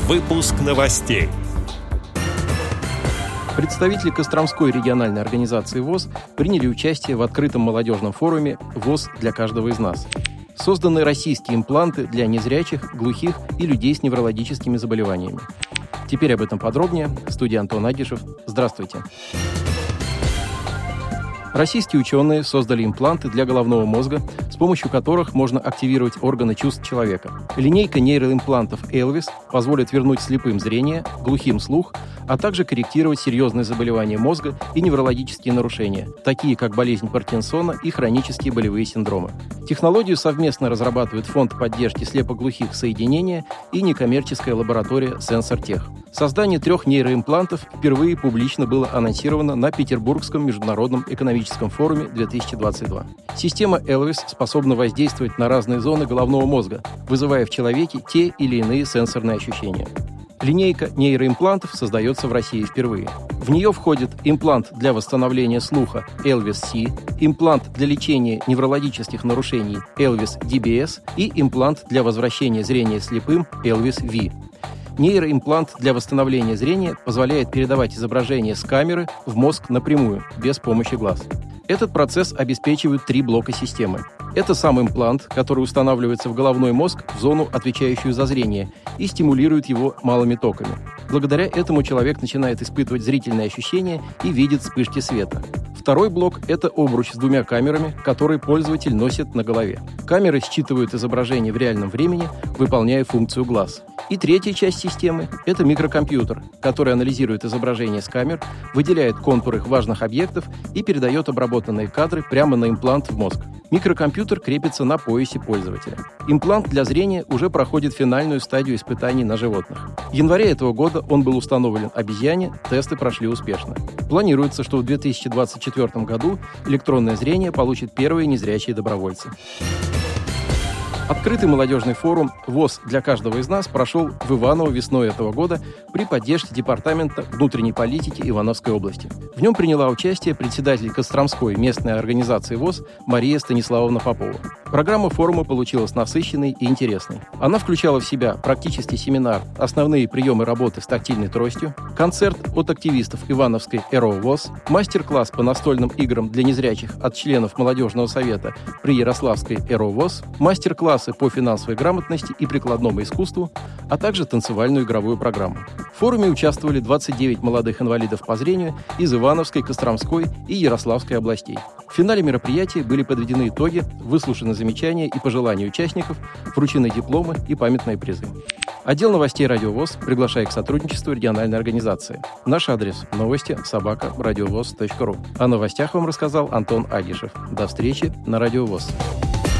Выпуск новостей. Представители Костромской региональной организации ВОС приняли участие в открытом молодежном форуме «ВОС для каждого из нас». Созданы российские импланты для незрячих, глухих и людей с неврологическими заболеваниями. Теперь об этом подробнее. В студии Антон Агишев. Здравствуйте. Российские ученые создали импланты для головного мозга, с помощью которых можно активировать органы чувств человека. Линейка нейроимплантов Elvis позволит вернуть слепым зрение, глухим слух, а также корректировать серьезные заболевания мозга и неврологические нарушения, такие как болезнь Паркинсона и хронические болевые синдромы. Технологию совместно разрабатывает Фонд поддержки слепоглухих «Соединение» и некоммерческая лаборатория SensorTech. Создание 3 нейроимплантов впервые публично было анонсировано на Петербургском международном экономическом форуме 2022. Система Elvis способна воздействовать на разные зоны головного мозга, вызывая в человеке те или иные сенсорные ощущения. Линейка нейроимплантов создается в России впервые. В нее входит имплант для восстановления слуха Elvis-C, имплант для лечения неврологических нарушений Elvis-DBS и имплант для возвращения зрения слепым Elvis-V. Нейроимплант для восстановления зрения позволяет передавать изображение с камеры в мозг напрямую, без помощи глаз. Этот процесс обеспечивают 3 блока системы. Это сам имплант, который устанавливается в головной мозг в зону, отвечающую за зрение, и стимулирует его малыми токами. Благодаря этому человек начинает испытывать зрительные ощущения и видит вспышки света. Второй блок – это обруч с 2 камерами, которые пользователь носит на голове. Камеры считывают изображение в реальном времени, выполняя функцию глаз. И третья часть системы – это микрокомпьютер, который анализирует изображение с камер, выделяет контуры важных объектов и передает обработанные кадры прямо на имплант в мозг. Микрокомпьютер крепится на поясе пользователя. Имплант для зрения уже проходит финальную стадию испытаний на животных. В январе этого года он был установлен обезьяне, тесты прошли успешно. Планируется, что в 2024 году электронное зрение получат первые незрячие добровольцы. Открытый молодежный форум «ВОС для каждого из нас» прошел в Иваново весной этого года при поддержке Департамента внутренней политики Ивановской области. В нем приняла участие председатель Костромской местной организации ВОС Мария Станиславовна Попова. Программа форума получилась насыщенной и интересной. Она включала в себя практический семинар «Основные приемы работы с тактильной тростью», концерт от активистов Ивановской ЭРО ВОС, мастер-класс по настольным играм для незрячих от членов молодежного совета при Ярославской ЭРО ВОС, мастер-классы по финансовой грамотности и прикладному искусству, а также танцевальную игровую программу. В форуме участвовали 29 молодых инвалидов по зрению из Ивановской, Костромской и Ярославской областей. В финале мероприятия были подведены итоги, выслушаны замечания и пожелания участников, вручены дипломы и памятные призы. Отдел новостей «Радио ВОС» приглашает к сотрудничеству региональной организации. Наш адрес – новости@радиовос.ру. О новостях вам рассказал Антон Агишев. До встречи на «Радио ВОС».